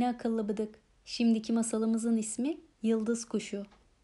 Seni akıllı bıdık. Şimdiki masalımızın ismi Yıldız Kuşu.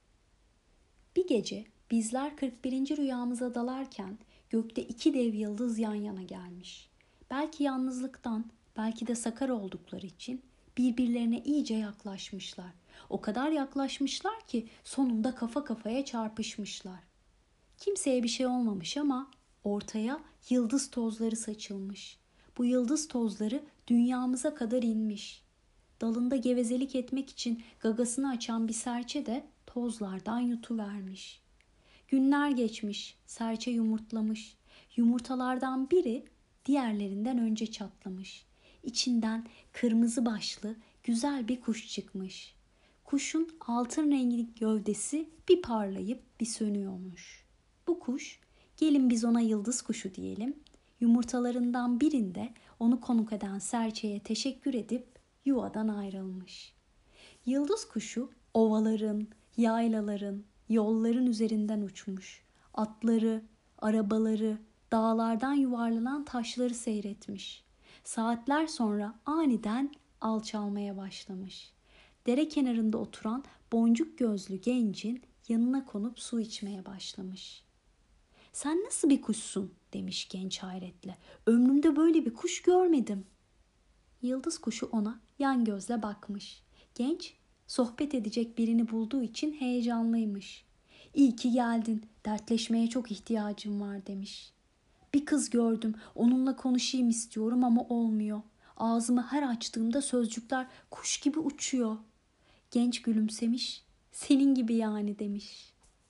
Bir gece bizler 41. rüyamıza dalarken gökte iki dev yıldız yan yana gelmiş. Belki yalnızlıktan, belki de sakar oldukları için birbirlerine iyice yaklaşmışlar. O kadar yaklaşmışlar ki sonunda kafa kafaya çarpışmışlar. Kimseye bir şey olmamış ama ortaya yıldız tozları saçılmış. Bu yıldız tozları dünyamıza kadar inmiş. Dalında gevezelik etmek için gagasını açan bir serçe de tozlardan yutuvermiş. Günler geçmiş, serçe yumurtlamış. Yumurtalardan biri diğerlerinden önce çatlamış. İçinden kırmızı başlı güzel bir kuş çıkmış. Kuşun altın renkli gövdesi bir parlayıp bir sönüyormuş. Bu kuş, gelin biz ona yıldız kuşu diyelim, yumurtalarından birinde onu konuk eden serçeye teşekkür edip yuvadan ayrılmış. Yıldız kuşu ovaların, yaylaların, yolların üzerinden uçmuş. Atları, arabaları, dağlardan yuvarlanan taşları seyretmiş. Saatler sonra aniden alçalmaya başlamış. Dere kenarında oturan boncuk gözlü gencin yanına konup su içmeye başlamış. "Sen nasıl bir kuşsun?" demiş genç hayretle. "Ömrümde böyle bir kuş görmedim." Yıldız kuşu ona yan gözle bakmış. Genç sohbet edecek birini bulduğu için heyecanlıymış. "İyi ki geldin, dertleşmeye çok ihtiyacım var." demiş. "Bir kız gördüm, onunla konuşayım istiyorum ama olmuyor. Ağzımı her açtığımda sözcükler kuş gibi uçuyor." Genç gülümsemiş, "Senin gibi yani." demiş.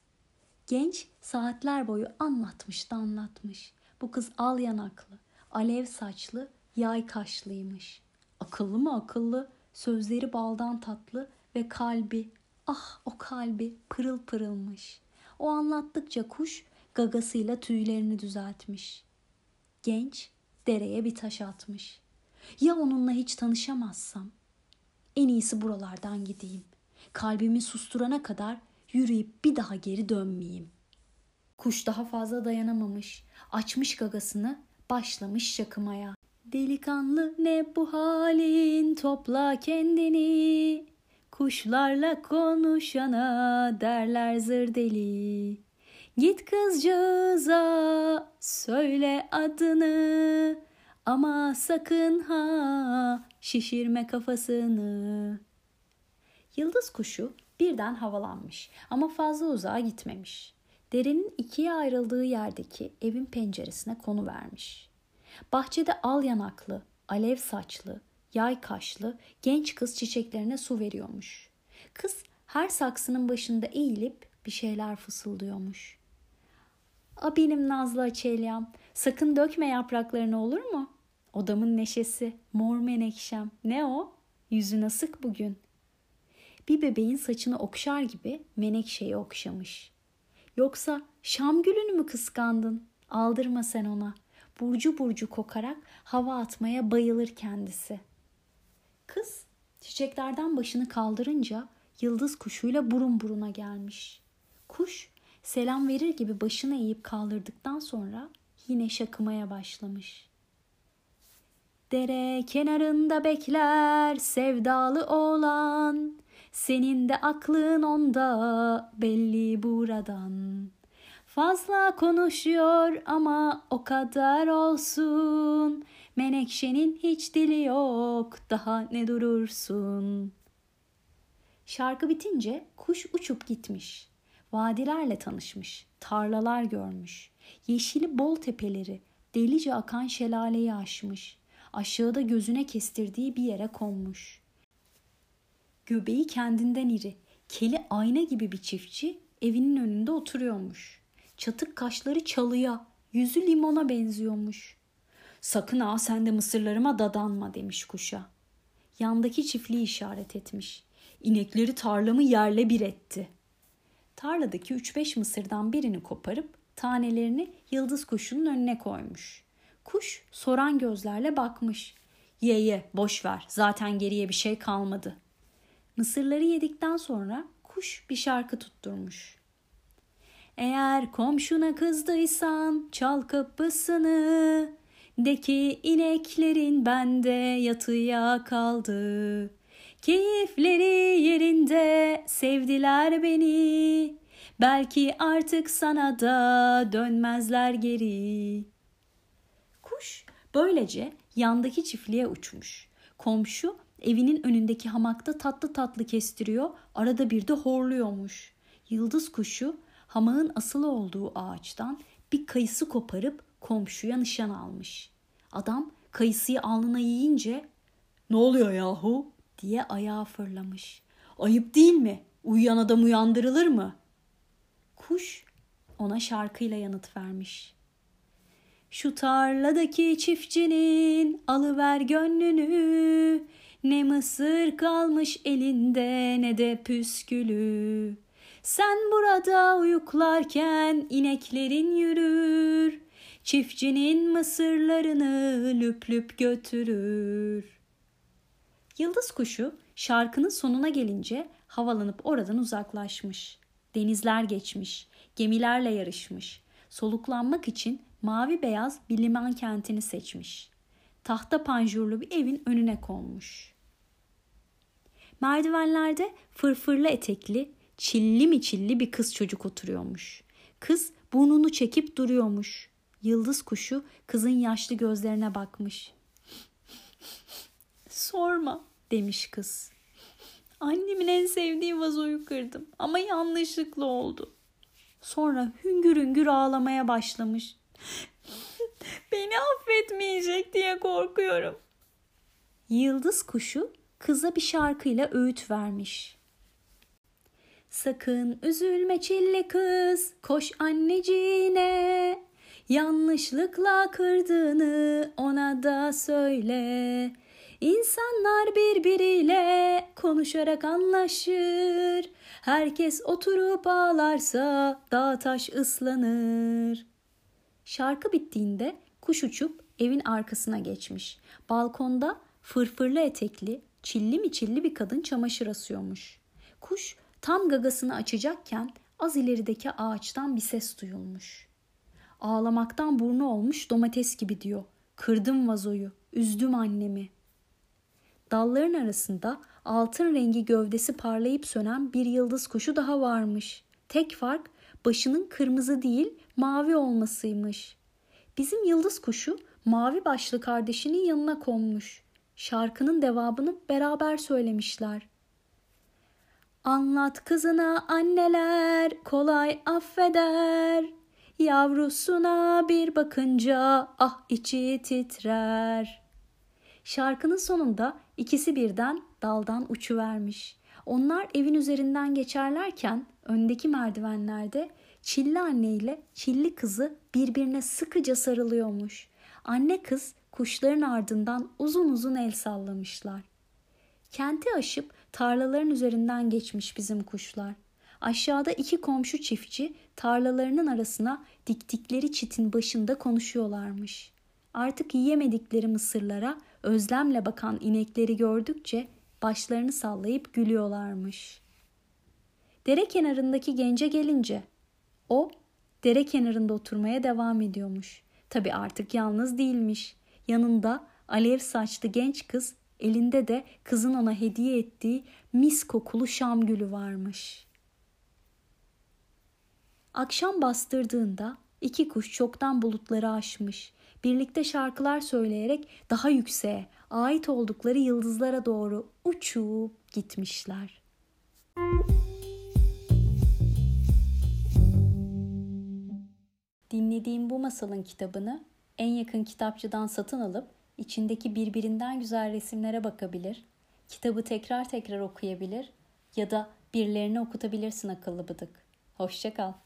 Genç saatler boyu anlatmış. Bu kız al yanaklı, alev saçlı, yay kaşlıymış. Akıllı mı akıllı, sözleri baldan tatlı ve kalbi, ah o kalbi pırıl pırılmış. O anlattıkça kuş gagasıyla tüylerini düzeltmiş. Genç dereye bir taş atmış. "Ya onunla hiç tanışamazsam? En iyisi buralardan gideyim. Kalbimi susturana kadar yürüyüp bir daha geri dönmeyeyim." Kuş daha fazla dayanamamış. Açmış gagasını, başlamış şakımaya. "Delikanlı ne bu halin, topla kendini. Kuşlarla konuşana derler zır deli. Git kızcağıza söyle adını. Ama sakın ha şişirme kafasını." Yıldız kuşu birden havalanmış ama fazla uzağa gitmemiş. Derenin ikiye ayrıldığı yerdeki evin penceresine konuvermiş. Bahçede al yanaklı, alev saçlı, yay kaşlı genç kız çiçeklerine su veriyormuş. Kız her saksının başında eğilip bir şeyler fısıldıyormuş. "A benim nazlı açelyam, sakın dökme yapraklarını, olur mu? Odamın neşesi, mor menekşem. Ne o? Yüzün asık bugün." Bir bebeğin saçını okşar gibi menekşeyi okşamış. "Yoksa Şam gülünü mü kıskandın? Aldırma sen ona. Burcu burcu kokarak hava atmaya bayılır kendisi." Kız çiçeklerden başını kaldırınca yıldız kuşuyla burun buruna gelmiş. Kuş selam verir gibi başını eğip kaldırdıktan sonra yine şakımaya başlamış. "Dere kenarında bekler sevdalı oğlan. Senin de aklın onda belli buradan. Fazla konuşuyor ama o kadar olsun. Menekşenin hiç dili yok, daha ne durursun." Şarkı bitince kuş uçup gitmiş. Vadilerle tanışmış, tarlalar görmüş. Yeşili bol tepeleri, delice akan şelaleyi aşmış. Aşağıda gözüne kestirdiği bir yere konmuş. Göbeği kendinden iri, keli ayna gibi bir çiftçi evinin önünde oturuyormuş. Çatık kaşları çalıya, yüzü limona benziyormuş. "Sakın ha sen de mısırlarıma dadanma." demiş kuşa. Yandaki çiftliği işaret etmiş. "İnekleri tarlamı yerle bir etti." Tarladaki 3-5 mısırdan birini koparıp tanelerini yıldız kuşunun önüne koymuş. Kuş soran gözlerle bakmış. "Ye ye, boş ver, zaten geriye bir şey kalmadı." Mısırları yedikten sonra kuş bir şarkı tutturmuş. "Eğer komşuna kızdıysan çal kapısını. De ki ineklerin bende yatıya kaldı. Keyifleri yerinde, sevdiler beni. Belki artık sana da dönmezler geri. Kuş böylece yandaki çiftliğe uçmuş. Komşu evinin önündeki hamakta tatlı tatlı kestiriyor, arada bir de horluyormuş. Yıldız kuşu hamağın asılı olduğu ağaçtan bir kayısı koparıp komşuya nişan almış. Adam kayısıyı alnına yiyince "Ne oluyor yahu?" diye ayağa fırlamış. "Ayıp değil mi? Uyuyan adam uyandırılır mı?" Kuş ona şarkıyla yanıt vermiş. Şu tarladaki çiftçinin alıver gönlünü, ne mısır kalmış elinde ne de püskülü. Sen burada uyuklarken ineklerin yürür, çiftçinin mısırlarını lüp lüp götürür. Yıldız kuşu şarkının sonuna gelince havalanıp oradan uzaklaşmış. Denizler geçmiş, gemilerle yarışmış. Soluklanmak için mavi beyaz bir liman kentini seçmiş. Tahta panjurlu bir evin önüne konmuş. Merdivenlerde fırfırlı etekli, çilli mi çilli bir kız çocuk oturuyormuş. Kız burnunu çekip duruyormuş. Yıldız kuşu kızın yaşlı gözlerine bakmış. "Sorma," demiş kız. "Annemin en sevdiği vazoyu kırdım ama yanlışlıkla oldu." Sonra hüngür hüngür ağlamaya başlamış. "Beni affetmeyecek diye korkuyorum." Yıldız kuşu kıza bir şarkıyla öğüt vermiş. "Sakın üzülme çilli kız, koş anneciğine. Yanlışlıkla kırdığını ona da söyle. İnsanlar birbiriyle konuşarak anlaşır. Herkes oturup ağlarsa dağ taş ıslanır." Şarkı bittiğinde kuş uçup evin arkasına geçmiş. Balkonda fırfırlı etekli, çilli mi çilli bir kadın çamaşır asıyormuş. Kuş tam gagasını açacakken az ilerideki ağaçtan bir ses duyulmuş. Ağlamaktan burnu olmuş domates gibi diyor. "Kırdım vazoyu, üzdüm annemi." Dalların arasında altın rengi gövdesi parlayıp sönen bir yıldız kuşu daha varmış. Tek fark başının kırmızı değil mavi olmasıymış. Bizim yıldız kuşu mavi başlı kardeşinin yanına konmuş. Şarkının devamını beraber söylemişler. "Anlat kızına anneler kolay affeder. Yavrusuna bir bakınca ah içi titrer." Şarkının sonunda ikisi birden daldan uçuvermiş. Onlar evin üzerinden geçerlerken öndeki merdivenlerde çilli anne ile çilli kızı birbirine sıkıca sarılıyormuş. Anne kız kuşların ardından uzun uzun el sallamışlar. Kenti aşıp tarlaların üzerinden geçmiş bizim kuşlar. Aşağıda iki komşu çiftçi tarlalarının arasına diktikleri çitin başında konuşuyorlarmış. Artık yiyemedikleri mısırlara özlemle bakan inekleri gördükçe başlarını sallayıp gülüyorlarmış. Dere kenarındaki gence gelince o dere kenarında oturmaya devam ediyormuş. Tabii artık yalnız değilmiş. Yanında alev saçlı genç kız, elinde de kızın ona hediye ettiği mis kokulu şam gülü varmış. Akşam bastırdığında iki kuş çoktan bulutları aşmış. Birlikte şarkılar söyleyerek daha yükseğe, ait oldukları yıldızlara doğru uçup gitmişler. Dinlediğim bu masalın kitabını en yakın kitapçıdan satın alıp içindeki birbirinden güzel resimlere bakabilir, kitabı tekrar tekrar okuyabilir ya da birilerine okutabilirsin akıllı bıdık. Hoşça kal.